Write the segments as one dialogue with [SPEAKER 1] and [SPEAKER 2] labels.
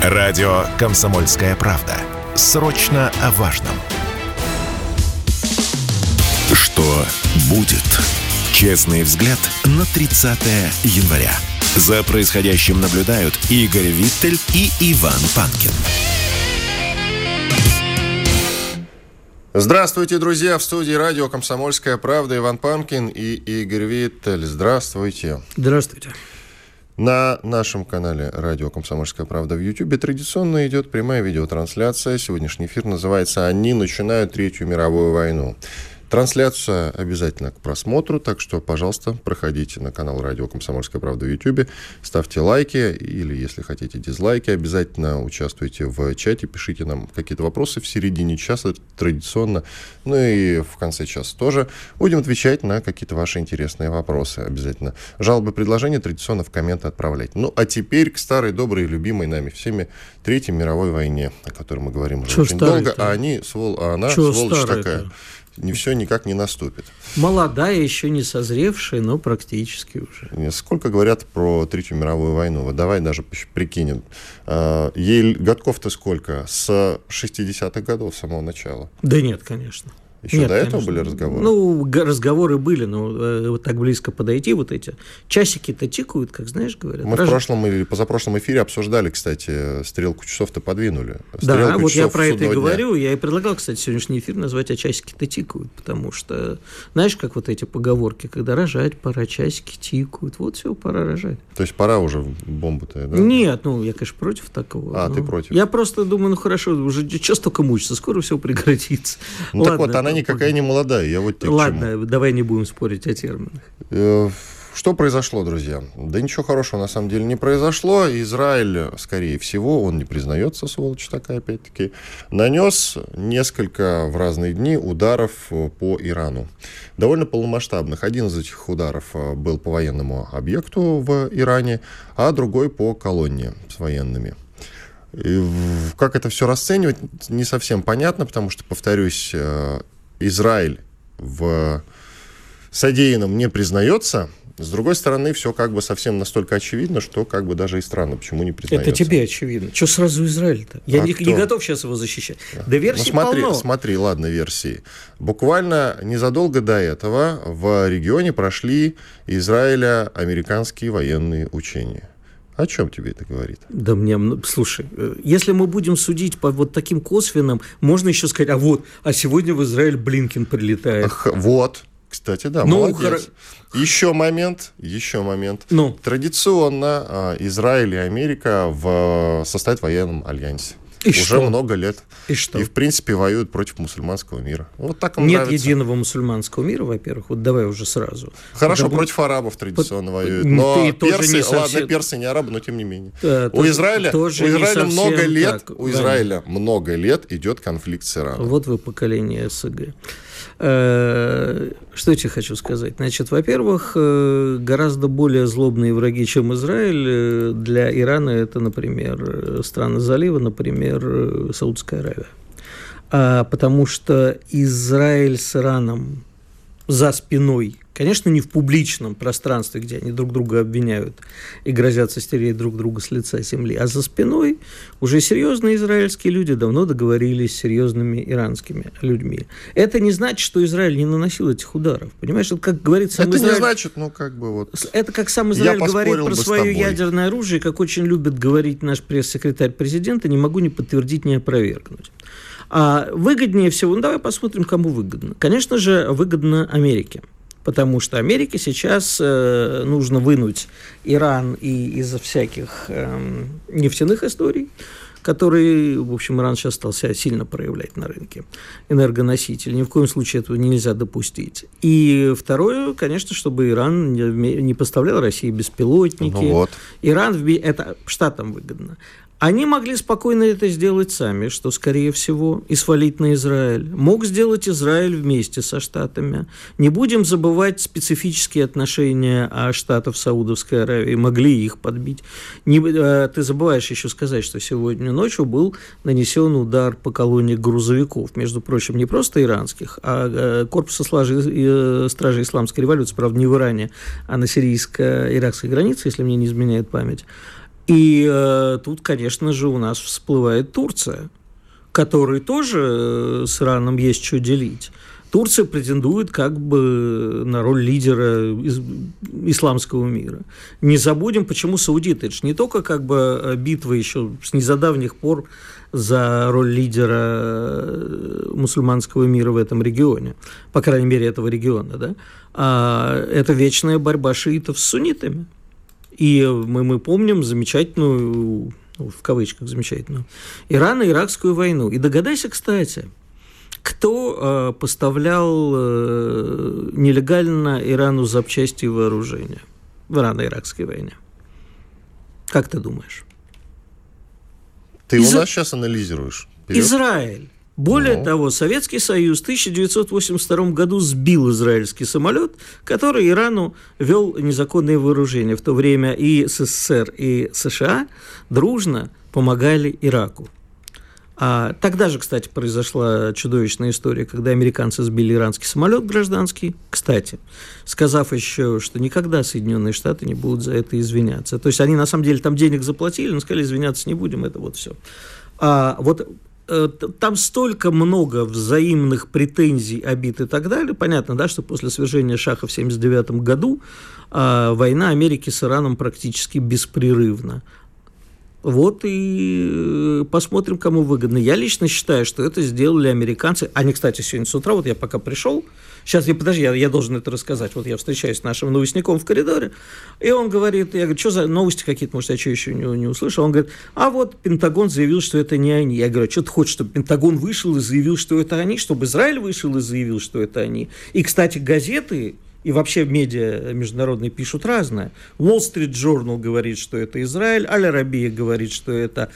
[SPEAKER 1] Радио «Комсомольская правда». Срочно о важном. Что будет? Честный взгляд на 30 января. За происходящим наблюдают Игорь Виттель и Иван Панкин.
[SPEAKER 2] Здравствуйте, друзья! В студии радио «Комсомольская правда» Иван Панкин и Игорь Виттель. Здравствуйте.
[SPEAKER 3] Здравствуйте.
[SPEAKER 2] На нашем канале радио «Комсомольская правда» в Ютьюбе традиционно идет прямая видеотрансляция. Сегодняшний эфир называется «Они начинают Третью мировую войну». Трансляция обязательно к просмотру, так что, пожалуйста, проходите на канал радио «Комсомольская правда» в Ютьюбе, ставьте лайки или, если хотите, дизлайки, обязательно участвуйте в чате, пишите нам какие-то вопросы в середине часа, традиционно, ну и в конце часа тоже. Будем отвечать на какие-то ваши интересные вопросы обязательно. Жалобы, предложения традиционно в комменты отправлять. Ну, а теперь к старой, доброй, любимой нами всеми Третьей мировой войне, о которой мы говорим уже очень долго, а она, сволочь такая. Все никак не наступит.
[SPEAKER 3] Молодая, еще не созревшая, но практически уже.
[SPEAKER 2] Сколько говорят про Третью мировую войну? Вот давай даже прикинем. Ей годков-то сколько? С 60-х годов, с самого начала?
[SPEAKER 3] Да нет, конечно.
[SPEAKER 2] Еще
[SPEAKER 3] Нет,
[SPEAKER 2] до этого
[SPEAKER 3] конечно.
[SPEAKER 2] были разговоры?
[SPEAKER 3] Ну, разговоры были, но вот так близко подойти, вот эти часики-то тикают, как знаешь, говорят.
[SPEAKER 2] Мы в прошлом или позапрошлом эфире обсуждали, кстати, стрелку часов-то подвинули.
[SPEAKER 3] Да, вот я про это и говорю. Я и предлагал, кстати, сегодняшний эфир назвать «А часики-то тикают», потому что, знаешь, как вот эти поговорки, когда рожать пора, часики тикают, вот все, пора рожать.
[SPEAKER 2] То есть пора уже бомбу-то, да?
[SPEAKER 3] Нет, я, конечно, против такого.
[SPEAKER 2] Ты против?
[SPEAKER 3] Я просто думаю, хорошо, уже что столько мучиться, скоро все прекратится.
[SPEAKER 2] Так вот, она никакая не молодая, я вот тебе
[SPEAKER 3] Ладно,
[SPEAKER 2] к чему.
[SPEAKER 3] давай не будем спорить о терминах.
[SPEAKER 2] Что произошло, друзья? Да ничего хорошего на самом деле не произошло. Израиль, скорее всего, он не признается, сволочь такая, опять-таки, нанес несколько в разные дни ударов по Ирану. Довольно полномасштабных. Один из этих ударов был по военному объекту в Иране, а другой по колонне с военными. И как это все расценивать, не совсем понятно, потому что, повторюсь, Израиль в содеянном не признается. С другой стороны, все как бы совсем настолько очевидно, что как бы даже и странно, почему не признается.
[SPEAKER 3] Это тебе очевидно. Что сразу Израиль-то? Я не готов сейчас его защищать. Да версий полно.
[SPEAKER 2] Смотри, ладно, версии. Буквально незадолго до этого в регионе прошли Израиля американские военные учения. О чем тебе это говорит?
[SPEAKER 3] Да слушай, если мы будем судить по вот таким косвенным, можно еще сказать, а сегодня в Израиль Блинкен прилетает.
[SPEAKER 2] Вот, кстати, да, молодец. Еще момент. Традиционно Израиль и Америка состоят в военном альянсе. Уже много лет.
[SPEAKER 3] И что?
[SPEAKER 2] И, в принципе, воюют против мусульманского мира. Вот так им
[SPEAKER 3] Нет
[SPEAKER 2] нравится.
[SPEAKER 3] единого мусульманского мира, во-первых. Вот давай уже сразу.
[SPEAKER 2] Хорошо, против арабов традиционно воюют. Но персы не арабы, но тем не менее. У Израиля много лет идет конфликт с Ираном.
[SPEAKER 3] Вот вы поколение СГ. Что я тебе хочу сказать? Значит, во-первых, гораздо более злобные враги, чем Израиль, для Ирана это, например, страны залива, например, Саудовская Аравия. Потому что Израиль с Ираном за спиной, конечно, не в публичном пространстве, где они друг друга обвиняют и грозятся стереть друг друга с лица земли, а за спиной уже серьезные израильские люди давно договорились с серьезными иранскими людьми. Это не значит, что Израиль не наносил этих ударов. Понимаешь, это как говорит сам Израиль...
[SPEAKER 2] Это не значит,
[SPEAKER 3] Это как сам Израиль говорит про свое ядерное оружие, как очень любит говорить наш пресс-секретарь президента, не могу ни подтвердить, ни опровергнуть. А выгоднее всего, давай посмотрим, кому выгодно. Конечно же, выгодно Америке. Потому что Америке сейчас нужно вынуть Иран из всяких нефтяных историй, которые, в общем, Иран сейчас стал себя сильно проявлять на рынке, энергоноситель. Ни в коем случае этого нельзя допустить. И второе, конечно, чтобы Иран не поставлял России беспилотники. Иран, это штатам выгодно. Они могли спокойно это сделать сами, что, скорее всего, и свалить на Израиль. Мог сделать Израиль вместе со Штатами. Не будем забывать специфические отношения Штатов с Саудовской Аравией. Могли их подбить. Ты забываешь еще сказать, что сегодня ночью был нанесен удар по колонне грузовиков. Между прочим, не просто иранских, а корпуса стражей исламской революции, правда, не в Иране, а на сирийско-иракской границе, если мне не изменяет память. И тут, конечно же, у нас всплывает Турция, которой тоже с Ираном есть что делить. Турция претендует как бы на роль лидера исламского мира. Не забудем, почему саудиты. Это же не только как бы битва еще с незадавних пор за роль лидера мусульманского мира в этом регионе, по крайней мере, этого региона, да? А это вечная борьба шиитов с суннитами. И мы помним замечательную, в кавычках замечательную, Ирано-Иракскую войну. И догадайся, кстати, кто поставлял нелегально Ирану запчасти и вооружения в Ирано-Иракской войне? Как ты думаешь?
[SPEAKER 2] Ты у нас сейчас анализируешь. Вперед.
[SPEAKER 3] Израиль. Более того, Советский Союз в 1982 году сбил израильский самолет, который Ирану вел незаконные вооружения. В то время и СССР, и США дружно помогали Ираку. А тогда же, кстати, произошла чудовищная история, когда американцы сбили иранский самолет гражданский, кстати, сказав еще, что никогда Соединенные Штаты не будут за это извиняться. То есть они, на самом деле, там денег заплатили, но сказали, извиняться не будем, это вот все. Там столько много взаимных претензий, обид и так далее. Понятно, да, что после свержения Шаха в 1979 году война Америки с Ираном практически беспрерывна. Вот и посмотрим, кому выгодно. Я лично считаю, что это сделали американцы. Они, кстати, сегодня с утра, вот я пока пришел, сейчас, я должен это рассказать. Вот я встречаюсь с нашим новостником в коридоре, и он говорит, я говорю, что за новости какие-то, может, я что еще не услышал? Он говорит, а вот Пентагон заявил, что это не они. Я говорю, что ты хочешь, чтобы Пентагон вышел и заявил, что это они, чтобы Израиль вышел и заявил, что это они? И, кстати, газеты и вообще медиа международные пишут разное. Wall Street Journal говорит, что это Израиль, Аль-Арабия говорит, что это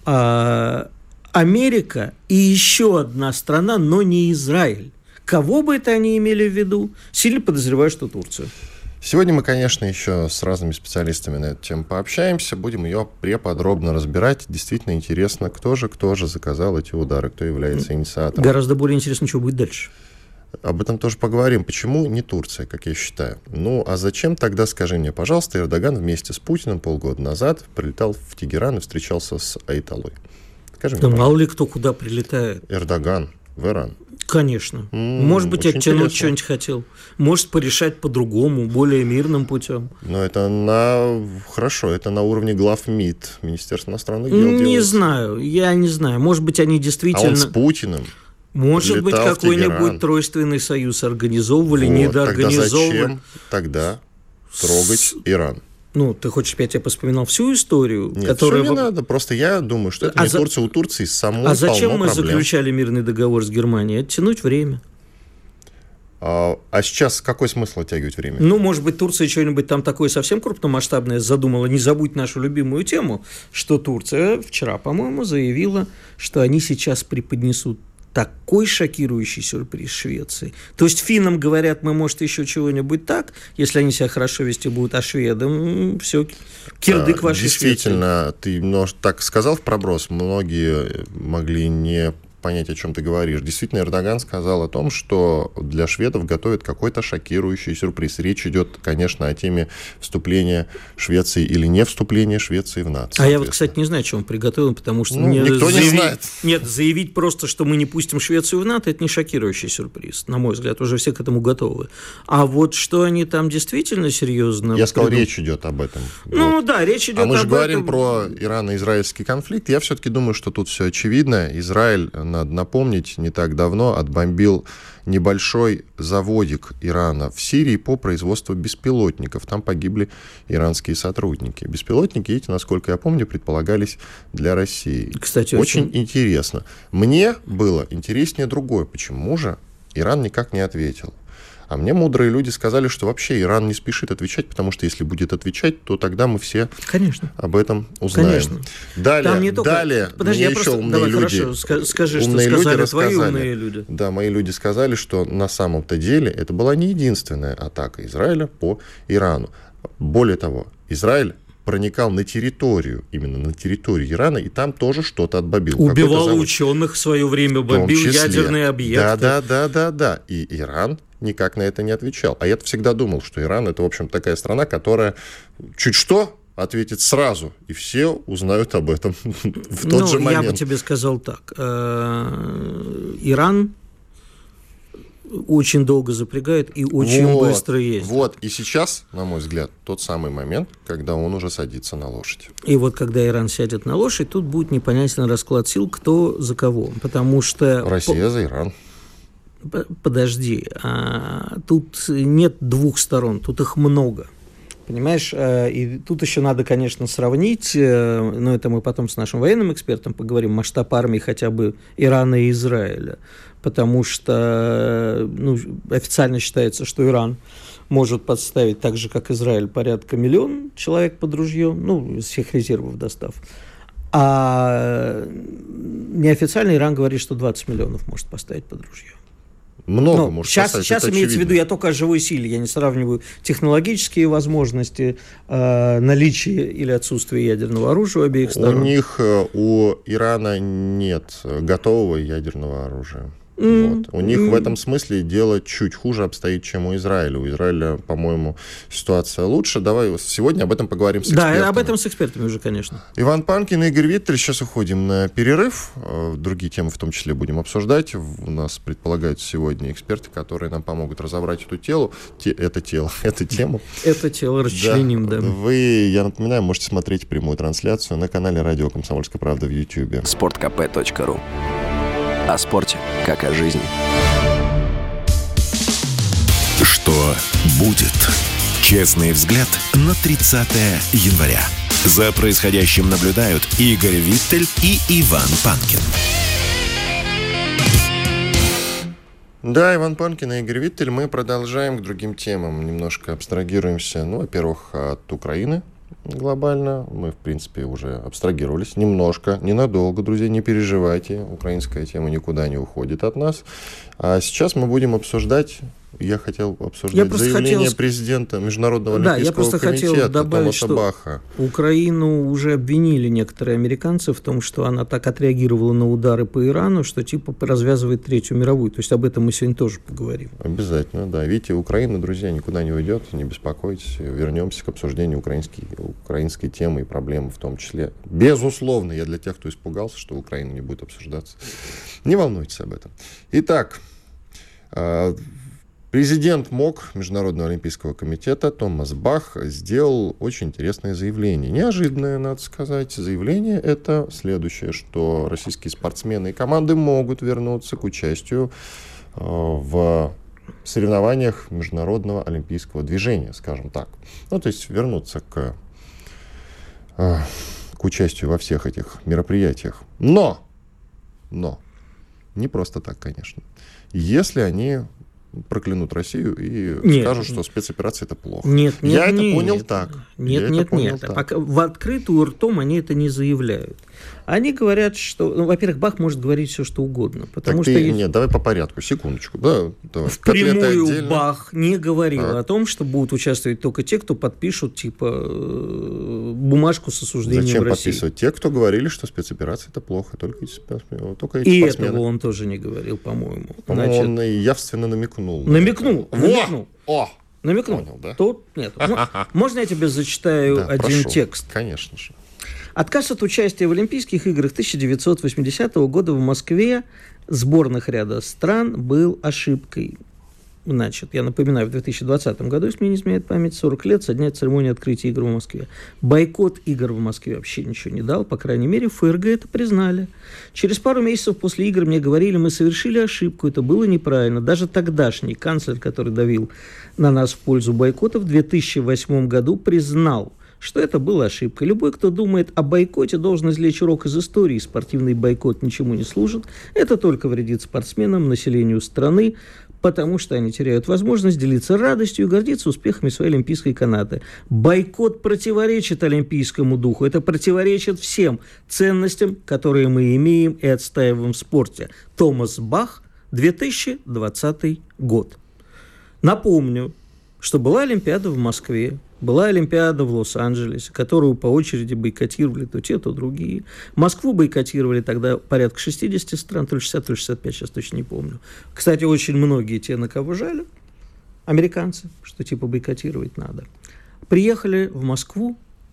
[SPEAKER 3] Америка и еще одна страна, но не Израиль. Кого бы это они имели в виду? Сильно подозреваю, что Турцию.
[SPEAKER 2] Сегодня мы, конечно, еще с разными специалистами на эту тему пообщаемся, будем ее преподробно разбирать. Действительно интересно, кто же заказал эти удары, кто является инициатором.
[SPEAKER 3] Гораздо более интересно, что будет дальше.
[SPEAKER 2] Об этом тоже поговорим. Почему не Турция, как я считаю? Ну, а зачем тогда, скажи мне, пожалуйста, Эрдоган вместе с Путиным полгода назад прилетал в Тегеран и встречался с Айталой? Скажи мне,
[SPEAKER 3] мало ли кто куда прилетает.
[SPEAKER 2] Эрдоган в Иран.
[SPEAKER 3] Конечно. Может быть, оттянуть что-нибудь хотел. Может, порешать по-другому, более мирным путем.
[SPEAKER 2] Но это хорошо, это на уровне глав МИД, Министерства иностранных дел.
[SPEAKER 3] Я не знаю. Может быть, они действительно...
[SPEAKER 2] А он с Путиным.
[SPEAKER 3] Может быть, какой-нибудь тройственный союз организовывали, недоорганизовывали.
[SPEAKER 2] Тогда зачем тогда трогать Иран?
[SPEAKER 3] Ну, ты хочешь, опять я поспоминал всю историю?
[SPEAKER 2] Нет, которая... все не надо. Просто я думаю, что это не Турция. У Турции самой полно проблем. А
[SPEAKER 3] зачем мы заключали мирный договор с Германией? Оттянуть время.
[SPEAKER 2] А сейчас какой смысл оттягивать время?
[SPEAKER 3] Ну, может быть, Турция что-нибудь там такое совсем крупномасштабное задумала. Не забудь нашу любимую тему, что Турция вчера, по-моему, заявила, что они сейчас преподнесут такой шокирующий сюрприз Швеции. То есть финнам говорят, мы, может, еще чего-нибудь так, если они себя хорошо вести будут, а шведам все, кирдык вашей
[SPEAKER 2] Действительно, Швеции. Ты так сказал в проброс, многие могли не понять, о чем ты говоришь. Действительно, Эрдоган сказал о том, что для шведов готовят какой-то шокирующий сюрприз. Речь идет, конечно, о теме вступления Швеции или не вступления Швеции в НАТО.
[SPEAKER 3] А я вот, кстати, не знаю, что он приготовил, потому что
[SPEAKER 2] никто не знает.
[SPEAKER 3] Нет, заявить просто, что мы не пустим Швецию в НАТО, это не шокирующий сюрприз, на мой взгляд, уже все к этому готовы. А вот что они там действительно серьезно...
[SPEAKER 2] Я сказал, речь идет об этом.
[SPEAKER 3] Да, речь идет об этом.
[SPEAKER 2] А мы же говорим про ирано-израильский конфликт. Я все-таки думаю, что тут все очевидно. Израиль, надо напомнить, не так давно отбомбил небольшой заводик Ирана в Сирии по производству беспилотников. Там погибли иранские сотрудники. Беспилотники эти, насколько я помню, предполагались для России.
[SPEAKER 3] Кстати,
[SPEAKER 2] очень интересно. Мне было интереснее другое. Почему же Иран никак не ответил? А мне мудрые люди сказали, что вообще Иран не спешит отвечать, потому что если будет отвечать, то тогда мы все об этом узнаем.
[SPEAKER 3] Конечно.
[SPEAKER 2] Далее
[SPEAKER 3] Подожди, я просто... Давай, хорошо, скажи, что сказали твои умные люди.
[SPEAKER 2] Да, мои люди сказали, что на самом-то деле это была не единственная атака Израиля по Ирану. Более того, Израиль проникал на территорию, именно на территорию Ирана, и там тоже что-то отбомбил.
[SPEAKER 3] Убивал ученых в свое время, бомбил ядерные объекты.
[SPEAKER 2] Да. И Иран никак на это не отвечал. А я всегда думал, что Иран — это, в общем, такая страна, которая чуть что ответит сразу, и все узнают об этом в тот же момент.
[SPEAKER 3] Я бы тебе сказал так. Иран очень долго запрягает и очень быстро ездит.
[SPEAKER 2] И сейчас, на мой взгляд, тот самый момент, когда он уже садится на лошадь.
[SPEAKER 3] И вот когда Иран сядет на лошадь, тут будет непонятен расклад сил, кто за кого. Потому что...
[SPEAKER 2] Россия за Иран.
[SPEAKER 3] Подожди. Тут нет двух сторон, тут их много. Понимаешь, и тут еще надо, конечно, сравнить, но это мы потом с нашим военным экспертом поговорим, масштаб армии хотя бы Ирана и Израиля, потому что официально считается, что Иран может подставить так же, как Израиль, порядка 1 миллион человек под ружье, из всех резервов достав. А неофициально Иран говорит, что 20 миллионов может поставить под ружье.
[SPEAKER 2] Много может поставить.
[SPEAKER 3] Сейчас имеется в виду, я только о живой силе, я не сравниваю технологические возможности, наличие или отсутствие ядерного оружия у обеих сторон.
[SPEAKER 2] У Ирана нет готового ядерного оружия. У них в этом смысле дело чуть хуже обстоит, чем у Израиля. У Израиля, по-моему, ситуация лучше. Давай сегодня об этом поговорим с экспертами.
[SPEAKER 3] Да, об этом с экспертами уже, конечно.
[SPEAKER 2] Иван Панкин и Игорь Виттель. Сейчас уходим на перерыв. Другие темы в том числе будем обсуждать. У нас предполагаются сегодня эксперты, которые нам помогут разобрать эту тему. Это тело расчленим, да. Вы, я напоминаю, можете смотреть прямую трансляцию на канале «Радио Комсомольская правда» в YouTube.
[SPEAKER 1] sportkp.ru. О спорте, как о жизни. Что будет? Честный взгляд на 30 января. За происходящим наблюдают Игорь Виттель и Иван Панкин.
[SPEAKER 2] Да, Иван Панкин и Игорь Виттель. Мы продолжаем к другим темам. Немножко абстрагируемся, во-первых, от Украины. Глобально мы, в принципе, уже абстрагировались немножко, ненадолго, друзья, не переживайте, украинская тема никуда не уходит от нас. А сейчас мы будем обсуждать, я хотел обсуждать заявление президента Международного олимпийского комитета Томаса Баха.
[SPEAKER 3] Украину уже обвинили некоторые американцы в том, что она так отреагировала на удары по Ирану, что типа развязывает Третью мировую. То есть об этом мы сегодня тоже поговорим.
[SPEAKER 2] Обязательно, да. Видите, Украина, друзья, никуда не уйдет, не беспокойтесь. Вернемся к обсуждению украинской темы и проблемы в том числе. Безусловно, я для тех, кто испугался, что Украина не будет обсуждаться. Не волнуйтесь об этом. Итак, президент МОК Международного олимпийского комитета Томас Бах сделал очень интересное заявление. Неожиданное, надо сказать. Заявление это следующее, что российские спортсмены и команды могут вернуться к участию в соревнованиях Международного олимпийского движения, скажем так. То есть вернуться к участию во всех этих мероприятиях. Но, не просто так, конечно. Если они проклянут Россию и скажут, что спецоперация это плохо. Я это понял так.
[SPEAKER 3] Нет. Пока в открытую ртом они это не заявляют. Они говорят, что... во-первых, Бах может говорить все, что угодно.
[SPEAKER 2] Нет, давай по порядку, секундочку. Да, давай.
[SPEAKER 3] Впрямую Бах не говорил о том, что будут участвовать только те, кто подпишут, бумажку с осуждением
[SPEAKER 2] Зачем
[SPEAKER 3] России.
[SPEAKER 2] Подписывать те, кто говорили, что спецоперация это плохо, только эти спортсмены.
[SPEAKER 3] И этого он тоже не говорил, по-моему.
[SPEAKER 2] Он явственно намекнул.
[SPEAKER 3] Намекнул.
[SPEAKER 2] Понял, да?
[SPEAKER 3] Тут нет. Можно я тебе зачитаю один текст?
[SPEAKER 2] Конечно же.
[SPEAKER 3] Отказ от участия в Олимпийских играх 1980 года в Москве сборных ряда стран был ошибкой. Значит, я напоминаю, в 2020 году, если мне не изменяет память, 40 лет со дня церемонии открытия игр в Москве. Бойкот игр в Москве вообще ничего не дал, по крайней мере, ФРГ это признали. Через пару месяцев после игр мне говорили, мы совершили ошибку, это было неправильно. Даже тогдашний канцлер, который давил на нас в пользу бойкота, в 2008 году признал, что это была ошибка. Любой, кто думает о бойкоте, должен извлечь урок из истории. Спортивный бойкот ничему не служит. Это только вредит спортсменам, населению страны, потому что они теряют возможность делиться радостью и гордиться успехами своей олимпийской канаты. Бойкот противоречит олимпийскому духу. Это противоречит всем ценностям, которые мы имеем и отстаиваем в спорте. Томас Бах, 2020 год. Напомню, что была Олимпиада в Москве, была Олимпиада в Лос-Анджелесе, которую по очереди бойкотировали то те, то другие. Москву бойкотировали тогда порядка 60 стран, то ли 60, то ли 65, сейчас точно не помню. Кстати, очень многие те, на кого жали, американцы, что бойкотировать надо. Приехали в Москву,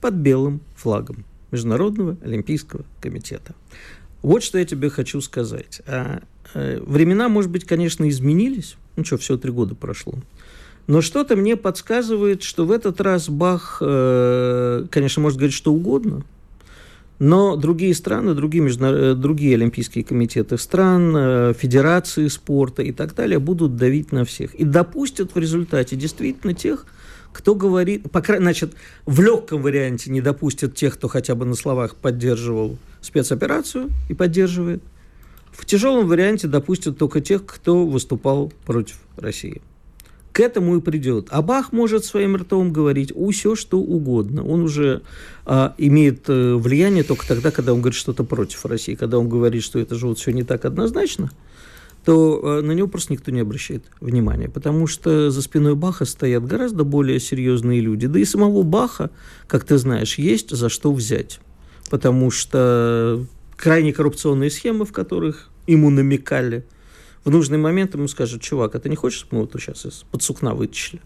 [SPEAKER 3] под белым флагом Международного олимпийского комитета. Вот что я тебе хочу сказать. Времена, может быть, конечно, изменились. Всего 3 года прошло. Но что-то мне подсказывает, что в этот раз Бах, конечно, может говорить что угодно, но другие страны, другие олимпийские комитеты стран, федерации спорта и так далее будут давить на всех. И допустят в результате действительно тех, кто говорит, в легком варианте не допустят тех, кто хотя бы на словах поддерживал спецоперацию и поддерживает. В тяжелом варианте допустят только тех, кто выступал против России. К этому и придет. А Бах может своим ртом говорить все, что угодно. Он уже имеет влияние только тогда, когда он говорит что-то против России. Когда он говорит, что это же все не так однозначно, то на него просто никто не обращает внимания. Потому что за спиной Баха стоят гораздо более серьезные люди. Да и самого Баха, как ты знаешь, есть за что взять. Потому что крайне коррупционные схемы, в которых ему намекали, в нужный момент ему скажут: чувак, а ты не хочешь, чтобы мы вот сейчас из-под сукна вытащили?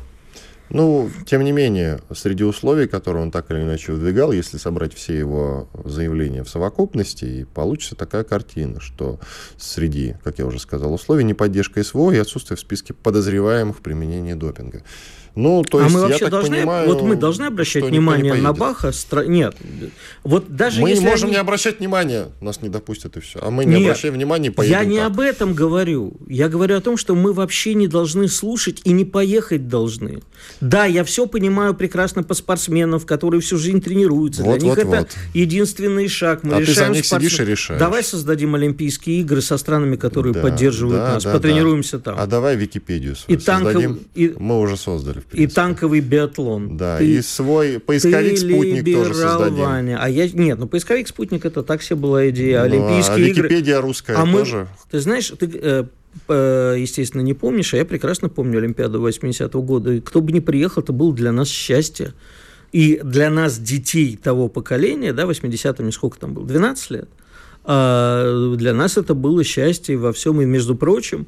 [SPEAKER 2] Тем не менее, среди условий, которые он так или иначе выдвигал, если собрать все его заявления в совокупности, и получится такая картина, что среди, как я уже сказал, условий неподдержка СВО и отсутствие в списке подозреваемых в применении допинга. Мы
[SPEAKER 3] должны обращать внимание на Баха? Нет.
[SPEAKER 2] Мы не можем не обращать внимания, нас не допустят и все. А мы не обращаем внимания и поедем.
[SPEAKER 3] Я не об этом говорю. Я говорю о том, что мы вообще не должны слушать и не поехать должны. Да, я все понимаю прекрасно по спортсменам, которые всю жизнь тренируются. Для них это единственный шаг. Мы
[SPEAKER 2] ты за них сидишь и решаешь.
[SPEAKER 3] Давай создадим Олимпийские игры со странами, которые поддерживают нас. Потренируемся там.
[SPEAKER 2] А давай Википедию создадим. Мы уже создали.
[SPEAKER 3] И танковый биатлон.
[SPEAKER 2] Да, и свой поисковик «Спутник» тоже создадим.
[SPEAKER 3] Ваня. Поисковик «Спутник» это так себе была идея. Олимпийские игры.
[SPEAKER 2] А Википедия русская тоже.
[SPEAKER 3] Ты знаешь, ты, естественно, не помнишь, а я прекрасно помню Олимпиаду 80-го года. И кто бы ни приехал, это было для нас счастье. И для нас, детей того поколения, 80-ми, сколько там было, 12 лет, для нас это было счастье во всем. И, между прочим,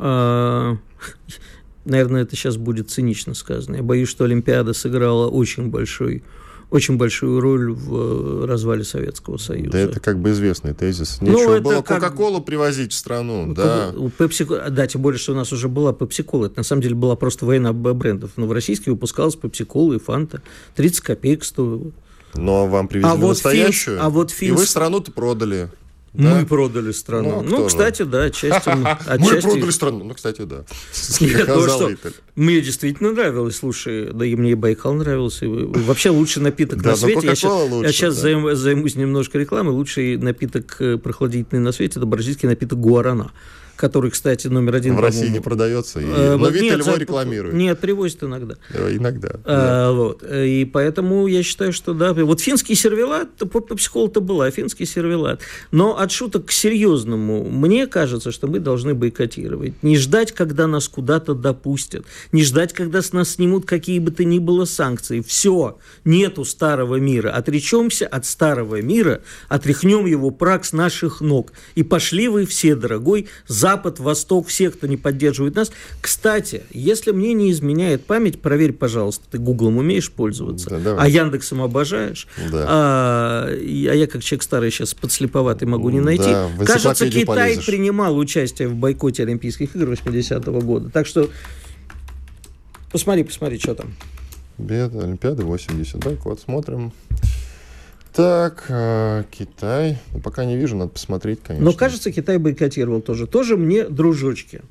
[SPEAKER 3] наверное, это сейчас будет цинично сказано. Я боюсь, что Олимпиада сыграла очень большую роль в развале Советского Союза.
[SPEAKER 2] Да, это как бы известный тезис. Нечего было Кока-Колу привозить в страну. Да,
[SPEAKER 3] тем более, что у нас уже была Пепси-Кола. Это на самом деле была просто война брендов. Но в российской выпускалась Пепси-Кола и Фанта. 30 копеек стоило.
[SPEAKER 2] Но вам привезли настоящую, и вы страну-то продали.
[SPEAKER 3] Да? Мы продали страну. Кстати, да, отчасти.
[SPEAKER 2] Мы продали страну. Кстати, да.
[SPEAKER 3] Мне действительно нравилось. Слушай, да и мне и Байкал нравился. Вообще лучший напиток на свете. Я сейчас займусь немножко рекламой. Лучший напиток прохладительный на свете — это бразильский напиток гуарана, который, кстати, номер 1
[SPEAKER 2] в России не продается, но Виталь его рекламирует.
[SPEAKER 3] Нет, привозит иногда.
[SPEAKER 2] Иногда.
[SPEAKER 3] И поэтому я считаю, что да. Вот финский сервелат, Пепси-Кола-то была, финский сервелат. Но от шуток к серьезному, мне кажется, что мы должны бойкотировать. Не ждать, когда нас куда-то допустят. Не ждать, когда с нас снимут какие бы то ни было санкции. Все, нету старого мира. Отречемся от старого мира, отряхнем его прах с наших ног. И пошли вы все, дорогой, Запад, Восток, все, кто не поддерживает нас. Кстати, если мне не изменяет память, проверь, пожалуйста, ты Гуглом умеешь пользоваться, а Яндексом обожаешь, а я как человек старый сейчас подслеповатый могу не найти. Кажется, Китай принимал участие в бойкоте Олимпийских игр 80-го года. Так что посмотри, что там.
[SPEAKER 2] Олимпиада 80, так, вот смотрим. Так, Китай. Пока не вижу, надо посмотреть, конечно.
[SPEAKER 3] Но, кажется, Китай бойкотировал тоже. Тоже мне дружочки.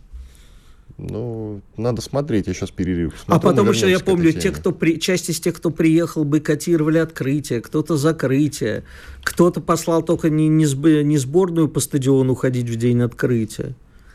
[SPEAKER 2] Надо смотреть, я сейчас перерыв смотрю.
[SPEAKER 3] А потому что я помню, часть из тех, кто приехал, бойкотировали открытие, кто-то закрытие, кто-то послал только не сборную по стадиону ходить в день открытия.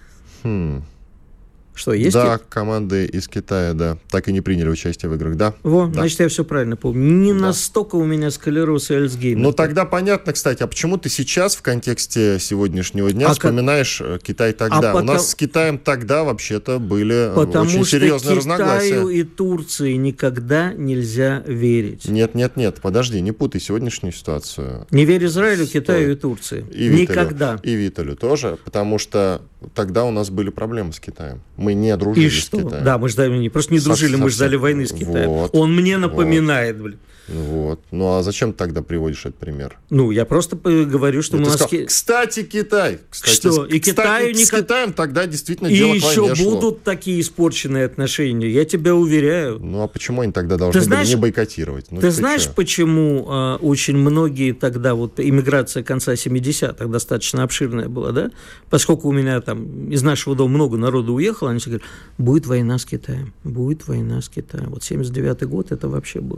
[SPEAKER 3] Что, есть?
[SPEAKER 2] Да, команды из Китая, да, так и не приняли участие в играх, да.
[SPEAKER 3] Значит, я все правильно помню. Не настолько у меня склероз и Альцгеймер.
[SPEAKER 2] Тогда понятно, кстати, а почему ты сейчас в контексте сегодняшнего дня вспоминаешь Китай тогда? У нас с Китаем тогда вообще-то были очень серьезные разногласия.
[SPEAKER 3] Потому что Китаю и Турции никогда нельзя верить.
[SPEAKER 2] Нет, подожди, не путай сегодняшнюю ситуацию.
[SPEAKER 3] Не верь Израилю, Китаю и Турции. Никогда.
[SPEAKER 2] И Виталю тоже, потому что тогда у нас были проблемы с Китаем. Мы не дружили с Китаем.
[SPEAKER 3] Да, мы ждали, просто не дружили, мы ждали войны с Китаем. Он мне напоминает,
[SPEAKER 2] Вот. Ну, а зачем ты тогда приводишь этот пример?
[SPEAKER 3] Ну, я просто говорю, что у нас...
[SPEAKER 2] Кстати, Китай.
[SPEAKER 3] Что? И Китаю
[SPEAKER 2] с Китаем тогда действительно дело к войне шло.
[SPEAKER 3] И еще будут такие испорченные отношения, я тебя уверяю.
[SPEAKER 2] Ну, а почему они тогда должны были не бойкотировать?
[SPEAKER 3] Ты знаешь, почему очень многие тогда, вот иммиграция конца 70-х достаточно обширная была, да? Поскольку у меня там из нашего дома много народу уехало, они все говорят, будет война с Китаем, будет война с Китаем. Вот 79-й год это вообще был.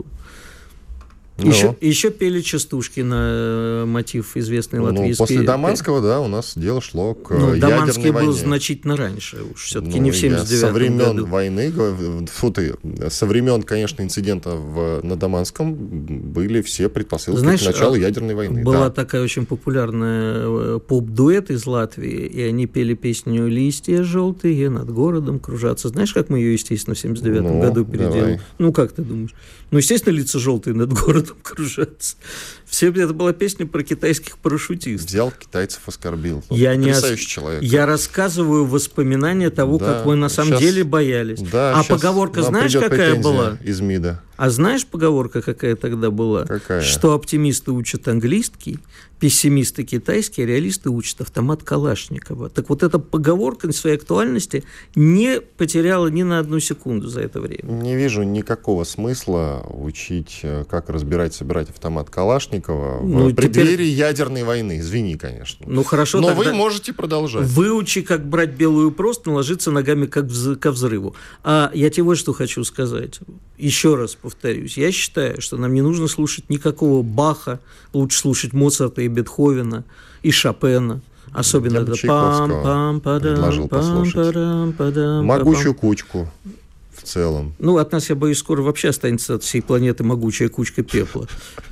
[SPEAKER 3] Еще пели частушки на мотив известной латвийской...
[SPEAKER 2] После Даманского, да, у нас дело шло к ядерной войне. Даманский был
[SPEAKER 3] значительно раньше, уж все-таки не в 79-м году.
[SPEAKER 2] Войны, со времен, конечно, инцидента на Даманском были все предпосылки к началу ядерной войны.
[SPEAKER 3] Была такая очень популярная поп-дуэт из Латвии, и они пели песню «Листья желтые над городом кружатся». Знаешь, как мы ее, естественно, в 79-м году переделали? Давай. Ну, как ты думаешь? Ну, естественно, лица желтые над городом кружатся. Все это была песня про китайских парашютистов.
[SPEAKER 2] Взял китайцев, оскорбил. Потрясающий человек.
[SPEAKER 3] Я рассказываю воспоминания того, как мы на самом деле боялись.
[SPEAKER 2] Да,
[SPEAKER 3] поговорка знаешь, какая была?
[SPEAKER 2] Из МИДа.
[SPEAKER 3] А знаешь, поговорка какая тогда была?
[SPEAKER 2] Какая?
[SPEAKER 3] Что оптимисты учат английский, пессимисты китайский, а реалисты учат автомат Калашникова. Так вот эта поговорка своей актуальности не потеряла ни на одну секунду за это время.
[SPEAKER 2] Не вижу никакого смысла учить, как разбирать, собирать автомат Калашникова в преддверии ядерной войны. Извини, конечно.
[SPEAKER 3] Ну хорошо,
[SPEAKER 2] но вы можете продолжать.
[SPEAKER 3] Выучи, как брать белую простынь, ложиться ногами ко взрыву. А я тебе вот что хочу сказать. Еще раз повторюсь. Я считаю, что нам не нужно слушать никакого Баха, лучше слушать Моцарта и Бетховена, и Шопена. Особенно это
[SPEAKER 2] предложил послушать. «Могучую кучку» в целом.
[SPEAKER 3] Ну, от нас, я боюсь, скоро вообще останется от всей планеты могучая кучка пепла.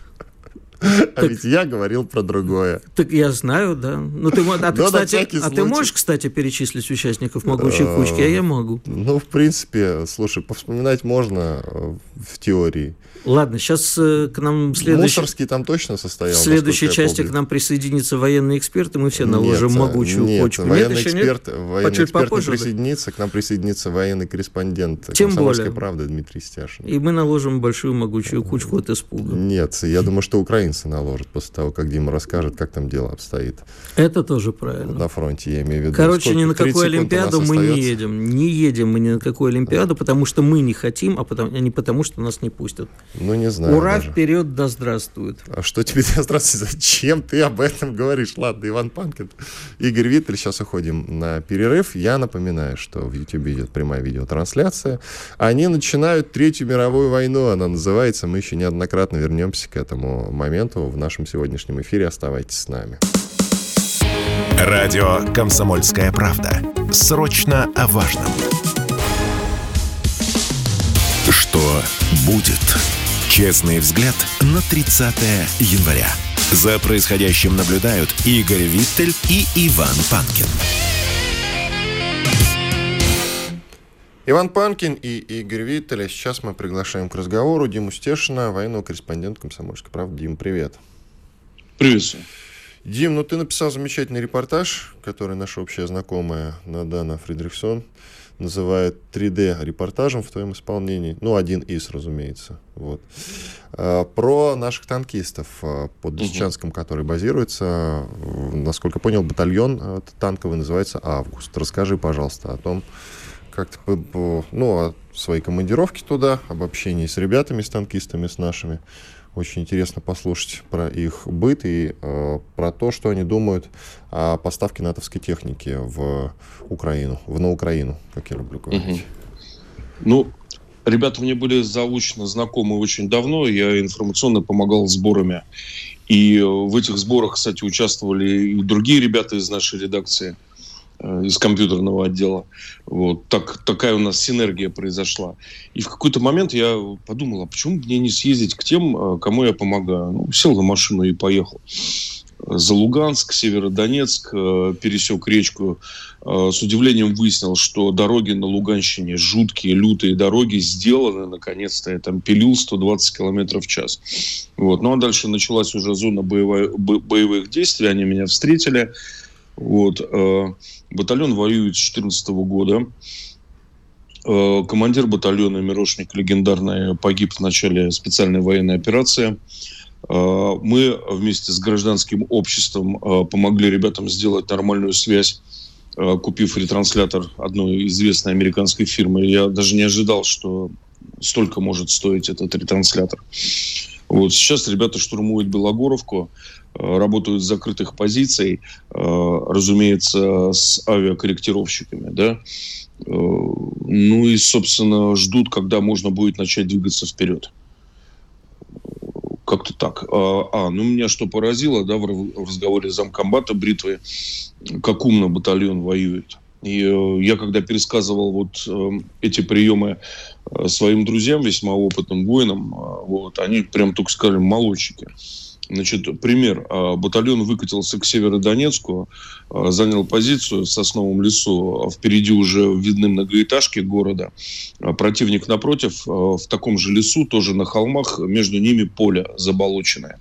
[SPEAKER 2] Ведь я говорил про другое.
[SPEAKER 3] Так я знаю, да. Ну, ты можешь, кстати, перечислить участников могучей кучки, а я могу.
[SPEAKER 2] Ну, в принципе, слушай, повспоминать можно в теории.
[SPEAKER 3] Ладно, сейчас к нам
[SPEAKER 2] Мусорский там точно состоял.
[SPEAKER 3] В следующей части к нам присоединится военный эксперт, и мы все наложим могучую кучку.
[SPEAKER 2] Военный эксперт не присоединится, к нам присоединится военный корреспондент «Комсомольской правды» Дмитрий Стяшин.
[SPEAKER 3] И мы наложим большую могучую кучку от испуга.
[SPEAKER 2] Нет, я думаю, что украинцы наложат после того, как Дима расскажет, как там дело обстоит.
[SPEAKER 3] Это тоже правильно.
[SPEAKER 2] На фронте, я имею в виду.
[SPEAKER 3] Короче, ни на какую Олимпиаду мы не едем. Не едем мы ни на какую Олимпиаду, потому что мы не хотим, а не потому, что нас не пустят.
[SPEAKER 2] Ну, не знаю.
[SPEAKER 3] Ура, даже. Вперед, да здравствует.
[SPEAKER 2] А что тебе да здравствует? Зачем ты об этом говоришь? Ладно, Иван Панкин, Игорь Виттель. Сейчас уходим на перерыв. Я напоминаю, что в YouTube идет прямая видеотрансляция. Они начинают Третью мировую войну. Она называется. Мы еще неоднократно вернемся к этому моменту в нашем сегодняшнем эфире. Оставайтесь с нами.
[SPEAKER 1] Радио «Комсомольская правда». Срочно о важном. Что будет? Честный взгляд на 30 января. За происходящим наблюдают Игорь Виттель и Иван Панкин.
[SPEAKER 2] Иван Панкин и Игорь Виттель. Сейчас мы приглашаем к разговору Диму Стешина, военного корреспондента «Комсомольской правды». Дим, привет.
[SPEAKER 4] Приветствую.
[SPEAKER 2] Дим, ты написал замечательный репортаж, который наша общая знакомая Надана Фридрихсон называет 3D-репортажем в твоем исполнении. Один из, разумеется. Вот. Про наших танкистов под Лисичанском, который базируется, насколько понял, батальон танковый называется «Август». Расскажи, пожалуйста, о том, как ты, о своей командировке туда, об общении с ребятами, с танкистами, с нашими. Очень интересно послушать про их быт и про то, что они думают о поставке натовской техники в Украину, на Украину, как я люблю говорить.
[SPEAKER 4] Ребята мне были заочно знакомы очень давно. Я информационно помогал сборами. И в этих сборах, кстати, участвовали и другие ребята из нашей редакции, из компьютерного отдела. Вот. Такая у нас синергия произошла. И в какой-то момент я подумал, а почему мне не съездить к тем, кому я помогаю? Сел на машину и поехал. За Луганск, Северодонецк, пересек речку. С удивлением выяснил, что дороги на Луганщине, жуткие, лютые дороги, сделаны, наконец-то. Я там пилил 120 км в час. Вот. А дальше началась уже зона боевых действий. Они меня встретили. Вот. Батальон воюет с 2014 года. Командир батальона «Мирошник» легендарный погиб в начале специальной военной операции. Мы вместе с гражданским обществом помогли ребятам сделать нормальную связь, купив ретранслятор одной известной американской фирмы. Я даже не ожидал, что столько может стоить этот ретранслятор. Вот сейчас ребята штурмуют Белогоровку, работают с закрытых позиций, разумеется, с авиакорректировщиками, да. Ну и, собственно, ждут, когда можно будет начать двигаться вперед. Как-то так. Ну меня что поразило, да, в разговоре замкомбата Бритвы, как умно батальон воюет. И я когда пересказывал вот эти приемы своим друзьям, весьма опытным воинам, вот, они прям только сказали молодчики. Значит, пример. Батальон выкатился к Северодонецку, занял позицию в Сосновом лесу. Впереди уже видны многоэтажки города. Противник напротив, в таком же лесу, тоже на холмах, между ними поле заболоченное.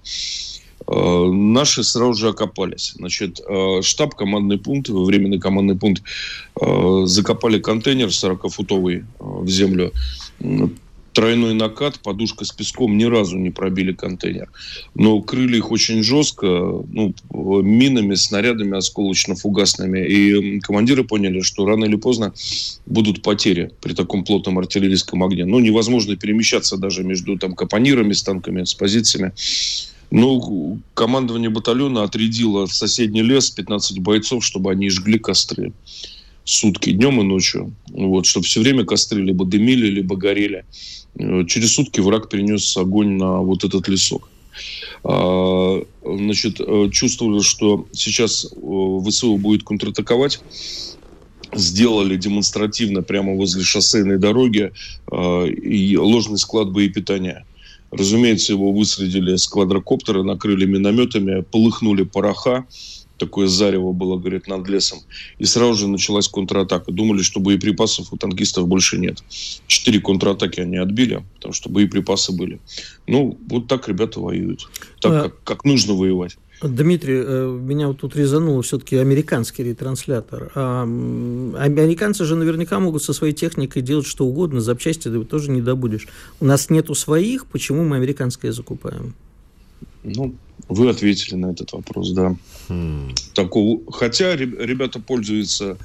[SPEAKER 4] Наши сразу же окопались. Значит, штаб, командный пункт, временный командный пункт, закопали контейнер 40-футовый в землю. Тройной накат, подушка с песком, ни разу не пробили контейнер. Но крыли их очень жестко, минами, снарядами осколочно-фугасными. И командиры поняли, что рано или поздно будут потери при таком плотном артиллерийском огне. Невозможно перемещаться даже между капонирами, с танками, с позициями. Командование батальона отрядило в соседний лес 15 бойцов, чтобы они жгли костры. Сутки, днем и ночью. Вот, чтобы все время костры либо дымили, либо горели. Через сутки враг перенес огонь на вот этот лесок. Значит, чувствовали, что сейчас ВСУ будет контратаковать. Сделали демонстративно прямо возле шоссейной дороги и ложный склад боепитания. Разумеется, его высадили с квадрокоптера, накрыли минометами, полыхнули пороха. Такое зарево было, говорит, над лесом. И сразу же началась контратака. Думали, что боеприпасов у танкистов больше нет. 4 контратаки они отбили, потому что боеприпасы были. Вот так ребята воюют. Так, как нужно воевать.
[SPEAKER 3] Дмитрий, меня вот тут резануло все-таки американский ретранслятор. Американцы же наверняка могут со своей техникой делать что угодно. Запчасти ты тоже не добудешь. У нас нету своих, почему мы американское закупаем?
[SPEAKER 4] Вы ответили на этот вопрос, да. Хотя ребята пользуются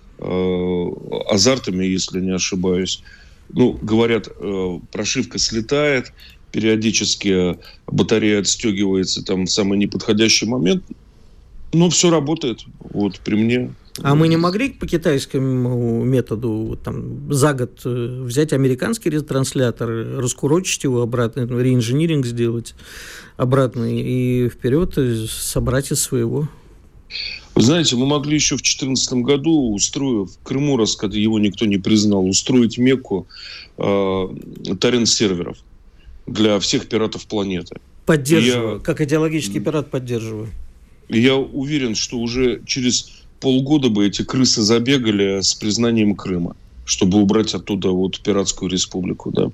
[SPEAKER 4] азартами, если не ошибаюсь. Говорят, прошивка слетает, периодически батарея отстегивается в самый неподходящий момент. Все работает. Вот при мне.
[SPEAKER 3] А мы не могли по китайскому методу за год взять американский ретранслятор, раскурочить его обратно, реинжиниринг сделать обратно и вперед собрать из своего?
[SPEAKER 4] Вы знаете, мы могли еще в 2014 году, устроив в Крыму, раз когда его никто не признал, устроить Мекку торрент-серверов для всех пиратов планеты.
[SPEAKER 3] Поддерживаю, как идеологический пират поддерживаю.
[SPEAKER 4] Я уверен, что уже через полгода бы эти крысы забегали с признанием Крыма, чтобы убрать оттуда пиратскую республику, да.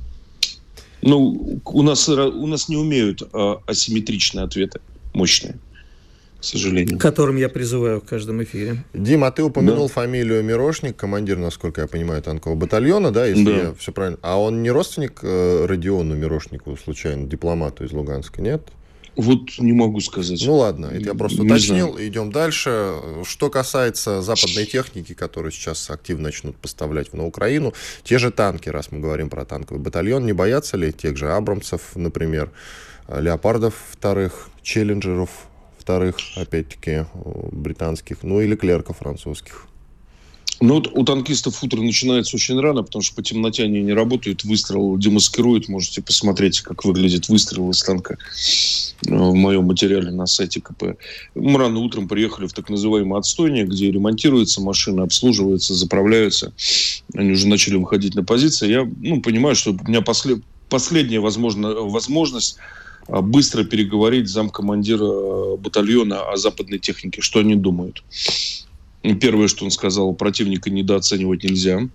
[SPEAKER 4] У нас не умеют асимметричные ответы, мощные, к сожалению.
[SPEAKER 3] К которым я призываю в каждом эфире.
[SPEAKER 2] Дима, ты упомянул фамилию Мирошник, командир, насколько я понимаю, танкового батальона, да, если я все правильно. А он не родственник Родиону Мирошнику, случайно, дипломату из Луганска, нет?
[SPEAKER 4] Вот не могу сказать.
[SPEAKER 2] Ладно, это я просто уточнил. Идем дальше. Что касается западной техники, которую сейчас активно начнут поставлять на Украину, те же танки, раз мы говорим про танковый батальон, не боятся ли тех же Абрамсов, например, Леопардов вторых, Челленджеров вторых, опять-таки, британских, или Клерков французских?
[SPEAKER 4] У танкистов утро начинается очень рано, потому что по темноте они не работают, выстрел демаскируют. Можете посмотреть, как выглядит выстрел из танка в моем материале на сайте КП. Мы рано утром приехали в так называемое отстойник, где ремонтируются машины, обслуживаются, заправляются. Они уже начали выходить на позиции. Я понимаю, что у меня последняя возможность быстро переговорить с замкомандира батальона о западной технике, что они думают. Первое, что он сказал, противника недооценивать нельзя.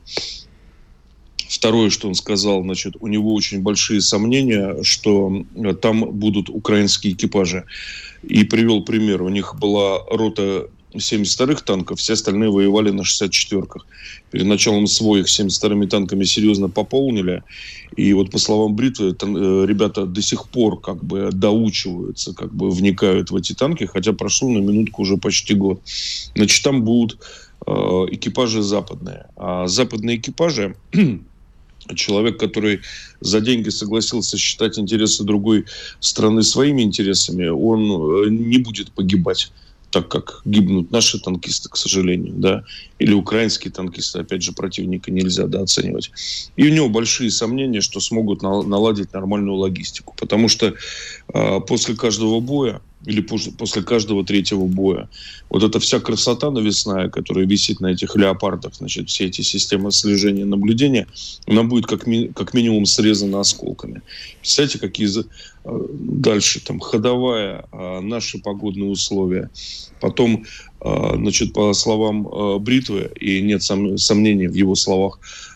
[SPEAKER 4] Второе, что он сказал, у него очень большие сомнения, что там будут украинские экипажи. И привел пример. У них была рота 72-х танков, все остальные воевали на 64-ках. Перед началом СВО их 72-ми танками серьезно пополнили. И вот по словам Бритвы, ребята до сих пор как бы доучиваются, как бы вникают в эти танки, хотя прошло на минутку уже почти год. Значит, там будут экипажи западные. А западные экипажи... Человек, который за деньги согласился считать интересы другой страны своими интересами, он не будет погибать так, как гибнут наши танкисты, к сожалению, да, или украинские танкисты, опять же, противника нельзя оценивать. И у него большие сомнения, что смогут наладить нормальную логистику, потому что после каждого боя или после каждого третьего боя вот эта вся красота навесная, которая висит на этих леопардах, значит, все эти системы слежения и наблюдения, она будет как минимум срезана осколками. Представляете, какие дальше там ходовая, наши погодные условия. Потом, значит, по словам Бритвы, и нет сомнений в его словах,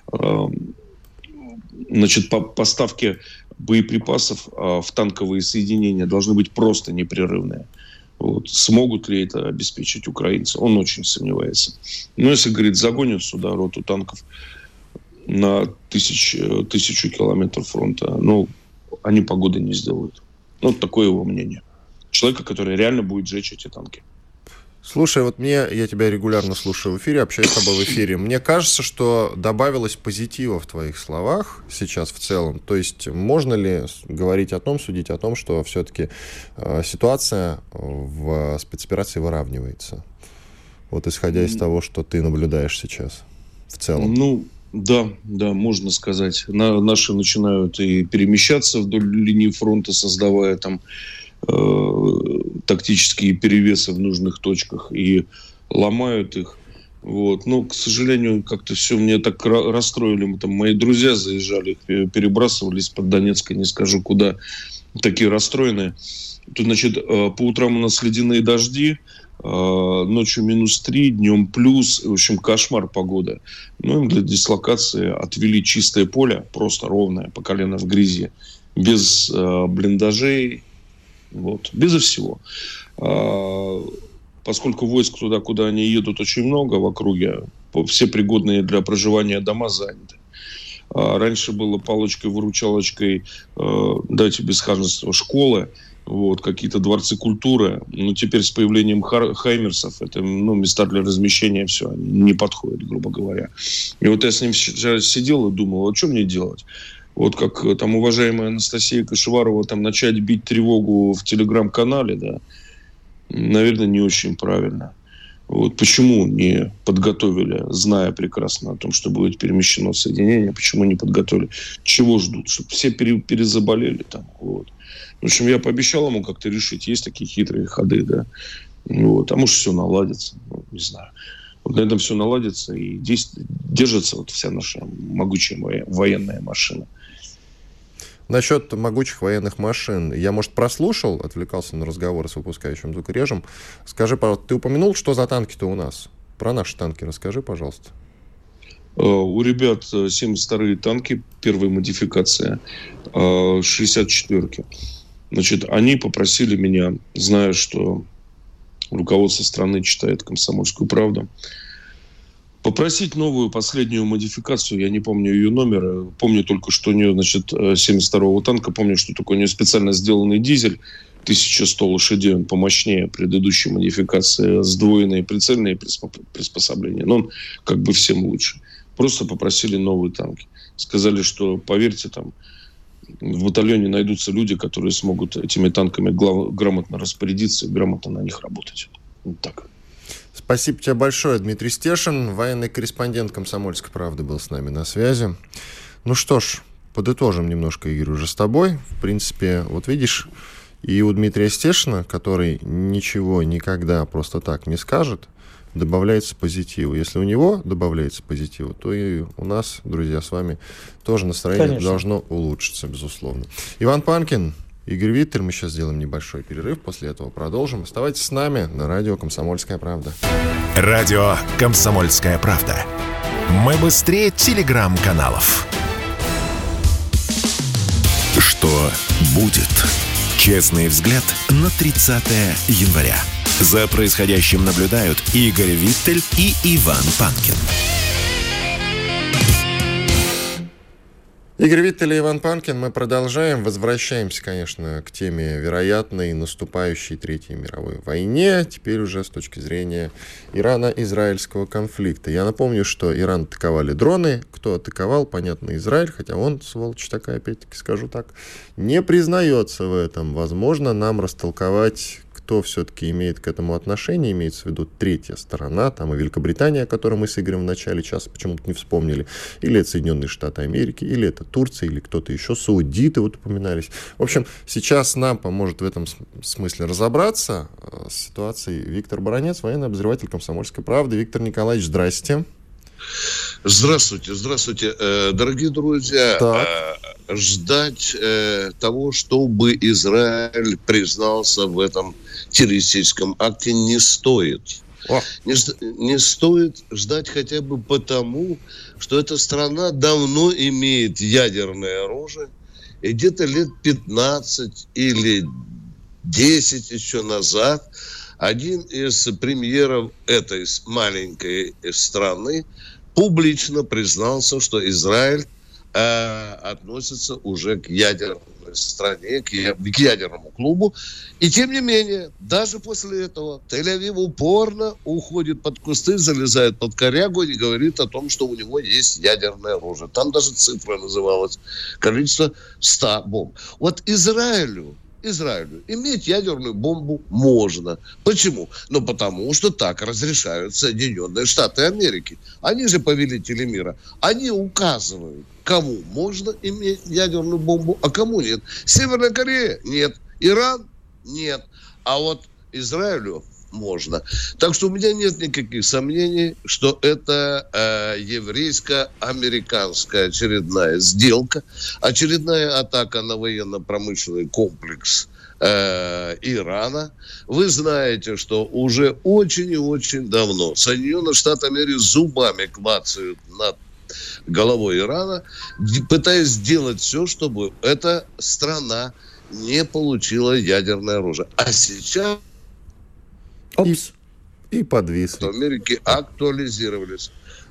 [SPEAKER 4] значит, поставки боеприпасов в танковые соединения должны быть просто непрерывные. Вот. Смогут ли это обеспечить украинцы? Он очень сомневается. Но если, говорит, загонят сюда роту танков на тысячу километров фронта, ну, они погоды не сделают. Ну, вот такое его мнение. Человека, который реально будет сжечь эти танки.
[SPEAKER 2] Слушай, вот я тебя регулярно слушаю в эфире, общаюсь с тобой в эфире. Мне кажется, что добавилось позитива в твоих словах сейчас в целом. То есть можно ли говорить о том, судить о том, что все-таки ситуация в спецоперации выравнивается? Вот исходя из того, что ты наблюдаешь сейчас в целом.
[SPEAKER 4] Ну, да, можно сказать. Наши начинают и перемещаться вдоль линии фронта, создавая там тактические перевесы в нужных точках и ломают их. Вот. Но, к сожалению, как-то все мне так расстроили. Там мои друзья заезжали, перебрасывались под Донецк, не скажу куда, такие расстроенные. Тут, значит, по утрам у нас ледяные дожди, ночью -3, днем плюс. В общем, кошмар погода. Ну, им для дислокации отвели чистое поле, просто ровное, по колено в грязи, без блиндажей, вот, безо всего. Поскольку войск туда, куда они едут, очень много в округе, все пригодные для проживания дома заняты. Раньше было палочкой-выручалочкой, дайте без ханжества, школы, вот, какие-то дворцы культуры. Но теперь с появлением хаймерсов, это места для размещения, все, они не подходят, грубо говоря. И вот я с ним сейчас сидел и думал, а что мне делать? Вот как там уважаемая Анастасия Кашеварова там начать бить тревогу в телеграм-канале, да, наверное, не очень правильно. Вот почему не подготовили, зная прекрасно о том, что будет перемещено соединение, почему не подготовили? Чего ждут? Чтобы все перезаболели там. Вот. В общем, я пообещал ему как-то решить. Есть такие хитрые ходы, да. Вот. А может, все наладится. Ну, не знаю. Вот на этом все наладится и держится вот вся наша могучая военная машина.
[SPEAKER 2] Насчет могучих военных машин. Я, может, прослушал, отвлекался на разговор с выпускающим звукорежем. Скажи, пожалуйста, ты упомянул, что за танки-то у нас? Про наши танки расскажи, пожалуйста.
[SPEAKER 4] У ребят 72-е танки, первая модификация, 64-ки. Значит, они попросили меня, зная, что руководство страны читает «Комсомольскую правду», попросить новую, последнюю модификацию. Я не помню ее номер. Помню только, что у нее, значит, 72-го танка. Помню, что такой у нее специально сделанный дизель. 1100 лошадей. Он помощнее предыдущей модификации. Сдвоенные прицельные приспособления. Но он как бы всем лучше. Просто попросили новые танки. Сказали, что, поверьте, там в батальоне найдутся люди, которые смогут этими танками грамотно распорядиться и грамотно на них работать. Вот так.
[SPEAKER 2] Спасибо тебе большое, Дмитрий Стешин, военный корреспондент «Комсомольской правды» был с нами на связи. Ну что ж, подытожим немножко, Игорь, уже с тобой. В принципе, вот видишь, и у Дмитрия Стешина, который ничего никогда просто так не скажет, добавляется позитива. Если у него добавляется позитива, то и у нас, друзья, с вами тоже настроение Конечно. Должно улучшиться, безусловно. Иван Панкин, Игорь Виттель. Мы сейчас сделаем небольшой перерыв, после этого продолжим. Оставайтесь с нами на радио «Комсомольская правда».
[SPEAKER 1] Радио «Комсомольская правда». Мы быстрее телеграм-каналов. Что будет? Честный взгляд на 30 января. За происходящим наблюдают Игорь Виттель и Иван Панкин.
[SPEAKER 2] Игорь Виттель и Иван Панкин. Мы продолжаем. Возвращаемся, конечно, к теме вероятной наступающей Третьей мировой войне. Теперь уже с точки зрения Ирано-израильского конфликта. Я напомню, что Иран атаковали дроны. Кто атаковал, понятно, Израиль. Хотя он, сволочь такая, опять-таки скажу так, не признается в этом. Возможно, нам растолковать, кто все-таки имеет к этому отношение, имеется в виду третья сторона, там и Великобритания, о которой мы с Игорем в начале часа почему-то не вспомнили, или это Соединенные Штаты Америки, или это Турция, или кто-то еще, саудиты вот упоминались. В общем, сейчас нам поможет в этом смысле разобраться с ситуацией Виктор Баранец, военный обозреватель «Комсомольской правды». Виктор Николаевич, здрасте.
[SPEAKER 5] Здравствуйте, дорогие друзья. Ждать того, чтобы Израиль признался в этом террористическом акте, не стоит. Не стоит ждать хотя бы потому, что эта страна давно имеет ядерное оружие, и где-то лет 15 или 10 еще назад один из премьеров этой маленькой страны публично признался, что Израиль относится уже к ядерной стране, к ядерному клубу. И тем не менее, даже после этого Тель-Авив упорно уходит под кусты, залезает под корягу и говорит о том, что у него есть ядерное оружие. Там даже цифра называлась. Количество 100 бомб. Вот Израилю иметь ядерную бомбу можно. Почему? Ну, потому что так разрешают Соединенные Штаты Америки. Они же повелители мира. Они указывают, кому можно иметь ядерную бомбу, а кому нет. Северная Корея – нет. Иран – нет. А вот Израилю можно. Так что у меня нет никаких сомнений, что это еврейско-американская очередная сделка, очередная атака на военно-промышленный комплекс Ирана. Вы знаете, что уже очень и очень давно Соединенные Штаты Америки зубами клацают над головой Ирана, пытаясь сделать все, чтобы эта страна не получила ядерное оружие. А сейчас
[SPEAKER 2] и подвисли.
[SPEAKER 5] В Америке актуализировалось.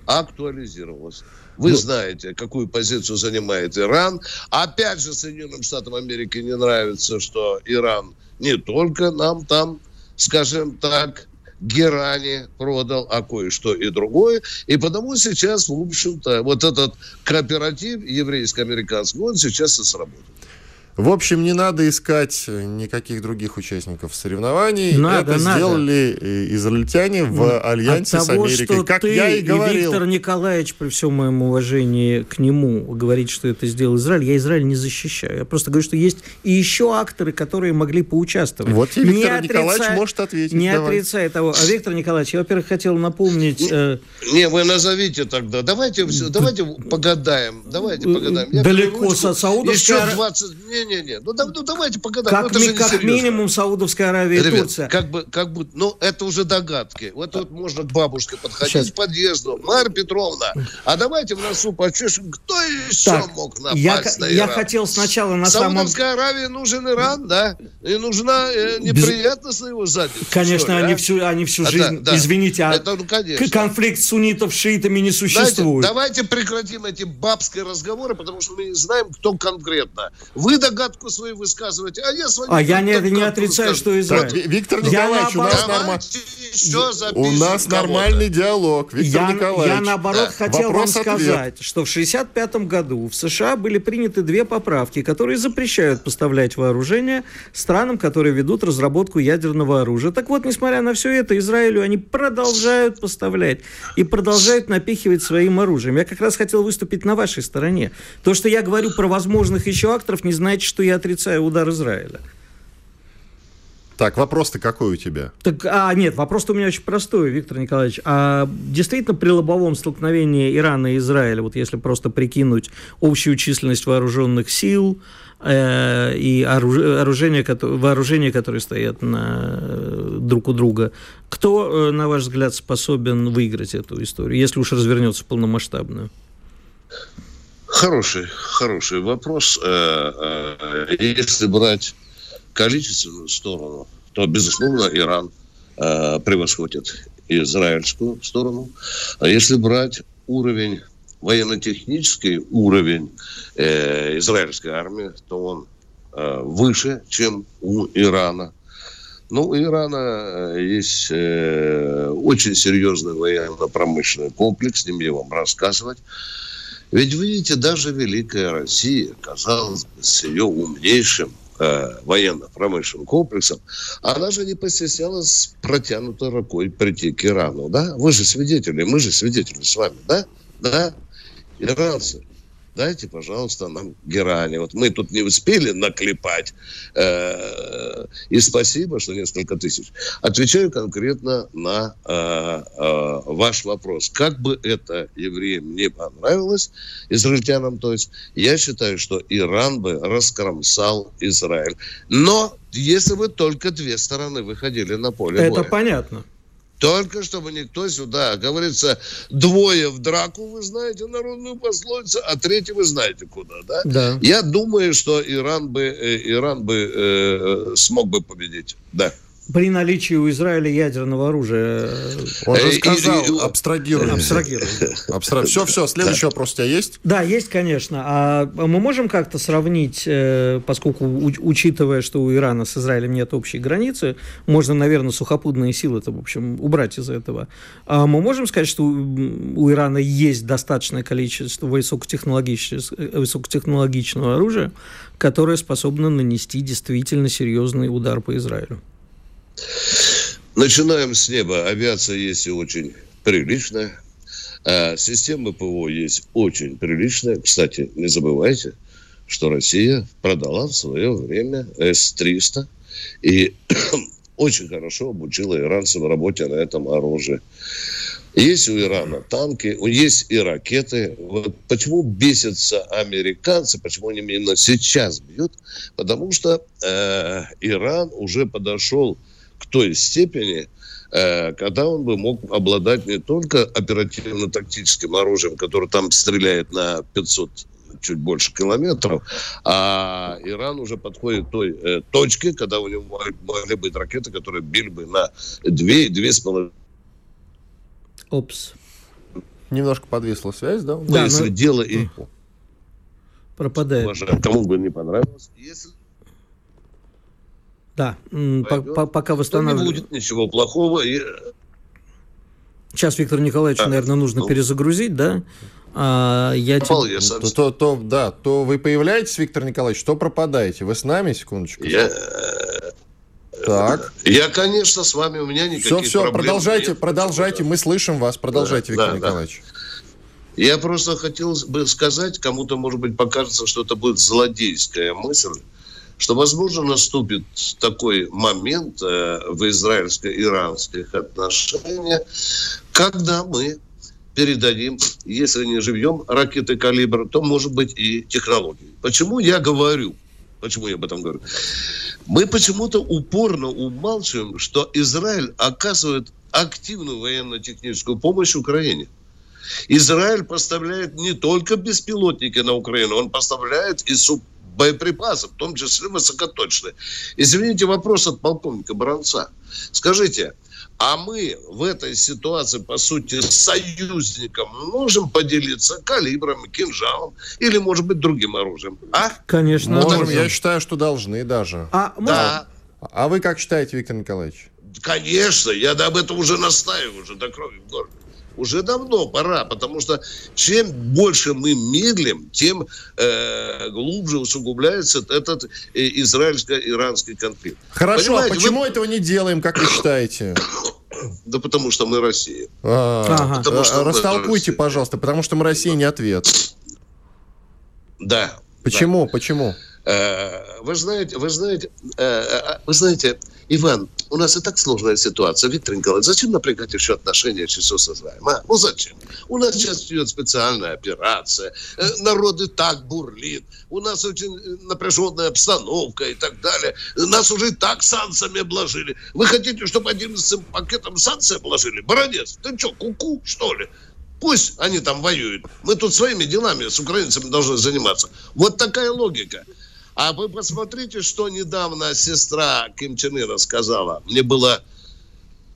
[SPEAKER 5] Вы знаете, какую позицию занимает Иран. Опять же, Соединенным Штатам Америки не нравится, что Иран не только нам там, скажем так, герани продал, а кое-что и другое. И потому сейчас, в общем-то, вот этот кооператив еврейско-американский, он сейчас и сработает.
[SPEAKER 2] В общем, не надо искать никаких других участников соревнований. Это сделали израильтяне в альянсе с Америкой. Как я и говорил.
[SPEAKER 3] Виктор Николаевич, при всем моем уважении к нему, говорит, что это сделал Израиль. Я Израиль не защищаю. Я просто говорю, что есть и еще акторы, которые могли поучаствовать.
[SPEAKER 2] Вот и Виктор Николаевич может ответить.
[SPEAKER 3] Не отрицая того. А Виктор Николаевич, я, во-первых, хотел напомнить...
[SPEAKER 5] Не, вы назовите тогда. Давайте погадаем.
[SPEAKER 3] Далеко со Саудовской
[SPEAKER 5] Аравии. Еще 20 дней. Не. Ну давайте погадаем.
[SPEAKER 3] Как минимум Саудовская Аравия и Турция.
[SPEAKER 5] Как бы, это уже догадки. Вот можно к бабушке подходить к подъезду. Марья Петровна, а давайте в носу почешем, кто еще мог напасть на Иран?
[SPEAKER 3] Я хотел сначала на
[SPEAKER 5] Саудовской Аравии нужен Иран, да? И нужна неприятность на его задницу.
[SPEAKER 3] Конечно, они всю жизнь, извините, конфликт суннитов с шиитами не существует.
[SPEAKER 5] Давайте прекратим эти бабские разговоры, потому что мы не знаем, кто конкретно. Вы догадку свою высказываете, а я свою...
[SPEAKER 3] я не отрицаю, что Израиль.
[SPEAKER 2] Виктор Николаевич, у нас нормальный диалог. Виктор Николаевич.
[SPEAKER 3] Я, наоборот, хотел вам сказать, что в 1965 году в США были приняты 2 поправки, которые запрещают поставлять вооружение странам, которые ведут разработку ядерного оружия. Так вот, несмотря на все это, Израилю они продолжают поставлять и продолжают напихивать своим оружием. Я как раз хотел выступить на вашей стороне. То, что я говорю про возможных еще акторов, не значит, что я отрицаю удар Израиля.
[SPEAKER 2] Так, вопрос-то какой у тебя?
[SPEAKER 3] Нет, вопрос-то у меня очень простой, Виктор Николаевич. Действительно, при лобовом столкновении Ирана и Израиля, вот если просто прикинуть общую численность вооруженных сил и вооружения, которые стоят друг у друга, кто, на ваш взгляд, способен выиграть эту историю, если уж развернется полномасштабную?
[SPEAKER 5] Хороший вопрос. Если брать количественную сторону, то, безусловно, Иран. превосходит израильскую сторону. А если брать уровень, военно-технический уровень израильской армии, то он выше, чем у Ирана. Ну, у Ирана есть очень серьезный военно-промышленный комплекс, не мне вам рассказывать. Ведь, видите, даже Великая Россия, казалось бы, с ее умнейшим военно-промышленным комплексом, она же не постеснялась с протянутой рукой прийти к Ирану, да? Вы же свидетели, мы же свидетели с вами, да? Да? Иранцы, дайте, пожалуйста, нам герани. Вот мы тут не успели наклепать. И спасибо, что несколько тысяч. Отвечаю конкретно на ваш вопрос. Как бы это евреям не понравилось, израильтянам, то есть, я считаю, что Иран бы раскромсал Израиль. Но если бы только две стороны выходили на поле боя.
[SPEAKER 3] Это понятно.
[SPEAKER 5] Только чтобы никто сюда, говорится, двое в драку, вы знаете народную пословицу, а третий вы знаете куда, да?
[SPEAKER 3] Да.
[SPEAKER 5] Я думаю, что Иран бы смог бы победить, да.
[SPEAKER 3] При наличии у Израиля ядерного оружия.
[SPEAKER 2] Он же сказал, абстрагируем. Все, следующий вопрос у тебя есть?
[SPEAKER 3] Да, есть, конечно. А мы можем как-то сравнить, поскольку, учитывая, что у Ирана с Израилем нет общей границы, можно, наверное, сухопутные силы-то, в общем, убрать из этого. А мы можем сказать, что у Ирана есть достаточное количество высокотехнологичного оружия, которое способно нанести действительно серьезный удар по Израилю?
[SPEAKER 5] Начинаем с неба. Авиация есть и очень приличная. Система ПВО есть очень приличная. Кстати, не забывайте, что Россия продала в свое время С-300 и очень хорошо обучила иранцев работе на этом оружии. Есть у Ирана танки, есть и ракеты. Вот почему бесятся американцы, почему они именно сейчас бьют? Потому что Иран уже подошел к той степени, когда он бы мог обладать не только оперативно-тактическим оружием, которое там стреляет на 500 чуть больше километров, а Иран уже подходит к той точке, когда у него могли быть ракеты, которые били бы на 2-2,5.
[SPEAKER 3] Опс.
[SPEAKER 2] Немножко подвисла связь, да?
[SPEAKER 5] Да, если дело и...
[SPEAKER 3] Пропадает.
[SPEAKER 5] Уважаем, кому бы не понравилось. Если...
[SPEAKER 3] Да, пока восстанавливаем.
[SPEAKER 5] Не будет ничего плохого.
[SPEAKER 3] Сейчас Виктору Николаевичу, наверное, нужно перезагрузить, да? То
[SPEAKER 2] вы появляетесь, Виктор Николаевич, то пропадаете. Вы с нами, секундочку? Так.
[SPEAKER 5] Я, конечно, с вами, у меня никаких проблем
[SPEAKER 2] нет. Продолжайте, мы слышим вас. Продолжайте, Виктор Николаевич.
[SPEAKER 5] Я просто хотел бы сказать, кому-то, может быть, покажется, что это будет злодейская мысль, что, возможно, наступит такой момент в израильско-иранских отношениях, когда мы передадим, если не живьем, ракеты «Калибр», то, может быть, и технологии. Почему я об этом говорю? Мы почему-то упорно умалчиваем, что Израиль оказывает активную военно-техническую помощь Украине. Израиль поставляет не только беспилотники на Украину, он поставляет и боеприпасы, в том числе высокоточные. Извините, вопрос от полковника Баранца. Скажите, а мы в этой ситуации, по сути, с союзником можем поделиться калибром, кинжалом или, может быть, другим оружием? А?
[SPEAKER 3] Конечно.
[SPEAKER 2] Можем, я считаю, что должны даже.
[SPEAKER 5] Да.
[SPEAKER 2] А вы как считаете, Виктор Николаевич?
[SPEAKER 5] Конечно, я об этом уже настаиваю, уже до крови в горле. Уже давно пора, потому что чем больше мы медлим, тем глубже усугубляется этот израильско-иранский конфликт.
[SPEAKER 2] Хорошо, понимаете, почему этого не делаем, как вы считаете?
[SPEAKER 5] Да потому что мы Россия.
[SPEAKER 2] Растолкуйте, пожалуйста, потому что мы Россия, не ответ.
[SPEAKER 5] Да.
[SPEAKER 2] Почему? Почему?
[SPEAKER 5] Вы знаете, Иван, у нас и так сложная ситуация. Виктор Николаевич, зачем напрягать еще отношения часов с Израилем? Ну зачем? У нас сейчас идет специальная операция, народ и так бурлит, у нас очень напряженная обстановка и так далее. Нас уже и так санкциями обложили. Вы хотите, чтобы 11 пакетом санкций обложили? Баранец, ты что, ку-ку, что ли? Пусть они там воюют. Мы тут своими делами с украинцами должны заниматься. Вот такая логика. А вы посмотрите, что недавно сестра Ким Чен Ына сказала. Мне было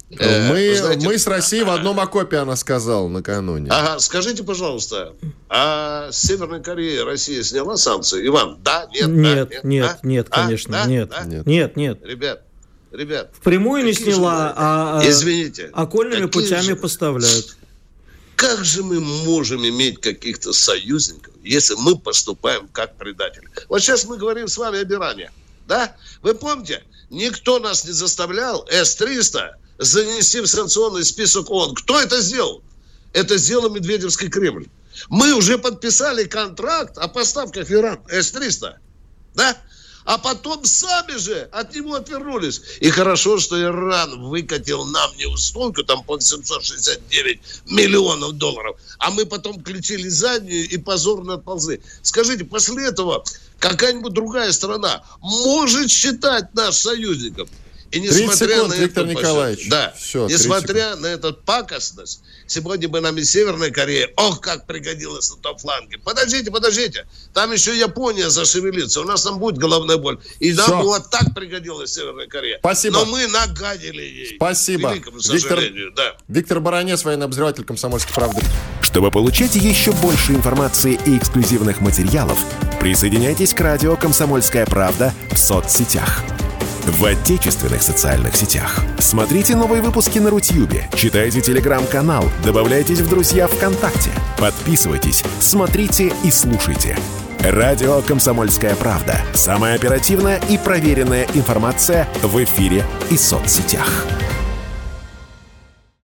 [SPEAKER 2] Мы с Россией в одном окопе, она сказала накануне.
[SPEAKER 5] Ага, скажите, пожалуйста, а с Северной Кореей Россия сняла санкции? Иван, да, нет?
[SPEAKER 3] Нет, конечно, нет.
[SPEAKER 5] Ребят.
[SPEAKER 3] Впрямую не сняла,
[SPEAKER 5] извините,
[SPEAKER 3] окольными путями поставляют.
[SPEAKER 5] Как же мы можем иметь каких-то союзников, если мы поступаем как предатели? Вот сейчас мы говорим с вами об Иране, да? Вы помните, никто нас не заставлял С-300 занести в санкционный список ООН. Кто это сделал? Это сделал Медведевский Кремль. Мы уже подписали контракт о поставках в Иран С-300, да? А потом сами же от него отвернулись. И хорошо, что Иран выкатил нам неустойку, там по 769 миллионов долларов. А мы потом включили заднюю и позорно отползли. Скажите, после этого какая-нибудь другая страна может считать нас союзником? И несмотря на
[SPEAKER 2] Виктор Николаевич.
[SPEAKER 5] Да, несмотря на эту пакостность, сегодня бы нам и Северная Корея, ох, как пригодилась на том фланге. Подождите, там еще Япония зашевелится, у нас там будет головная боль. И нам вот так пригодилась Северная Корея.
[SPEAKER 2] Спасибо.
[SPEAKER 5] Но мы нагадили ей.
[SPEAKER 2] Спасибо.
[SPEAKER 5] К великому сожалению,
[SPEAKER 2] Виктор Баранец, военный обозреватель «Комсомольской правды».
[SPEAKER 1] Чтобы получать еще больше информации и эксклюзивных материалов, присоединяйтесь к радио «Комсомольская правда» в соцсетях. В отечественных социальных сетях. Смотрите новые выпуски на Рутьюбе, читайте телеграм-канал, добавляйтесь в друзья ВКонтакте, подписывайтесь, смотрите и слушайте. Радио «Комсомольская правда». Самая оперативная и проверенная информация в эфире и соцсетях.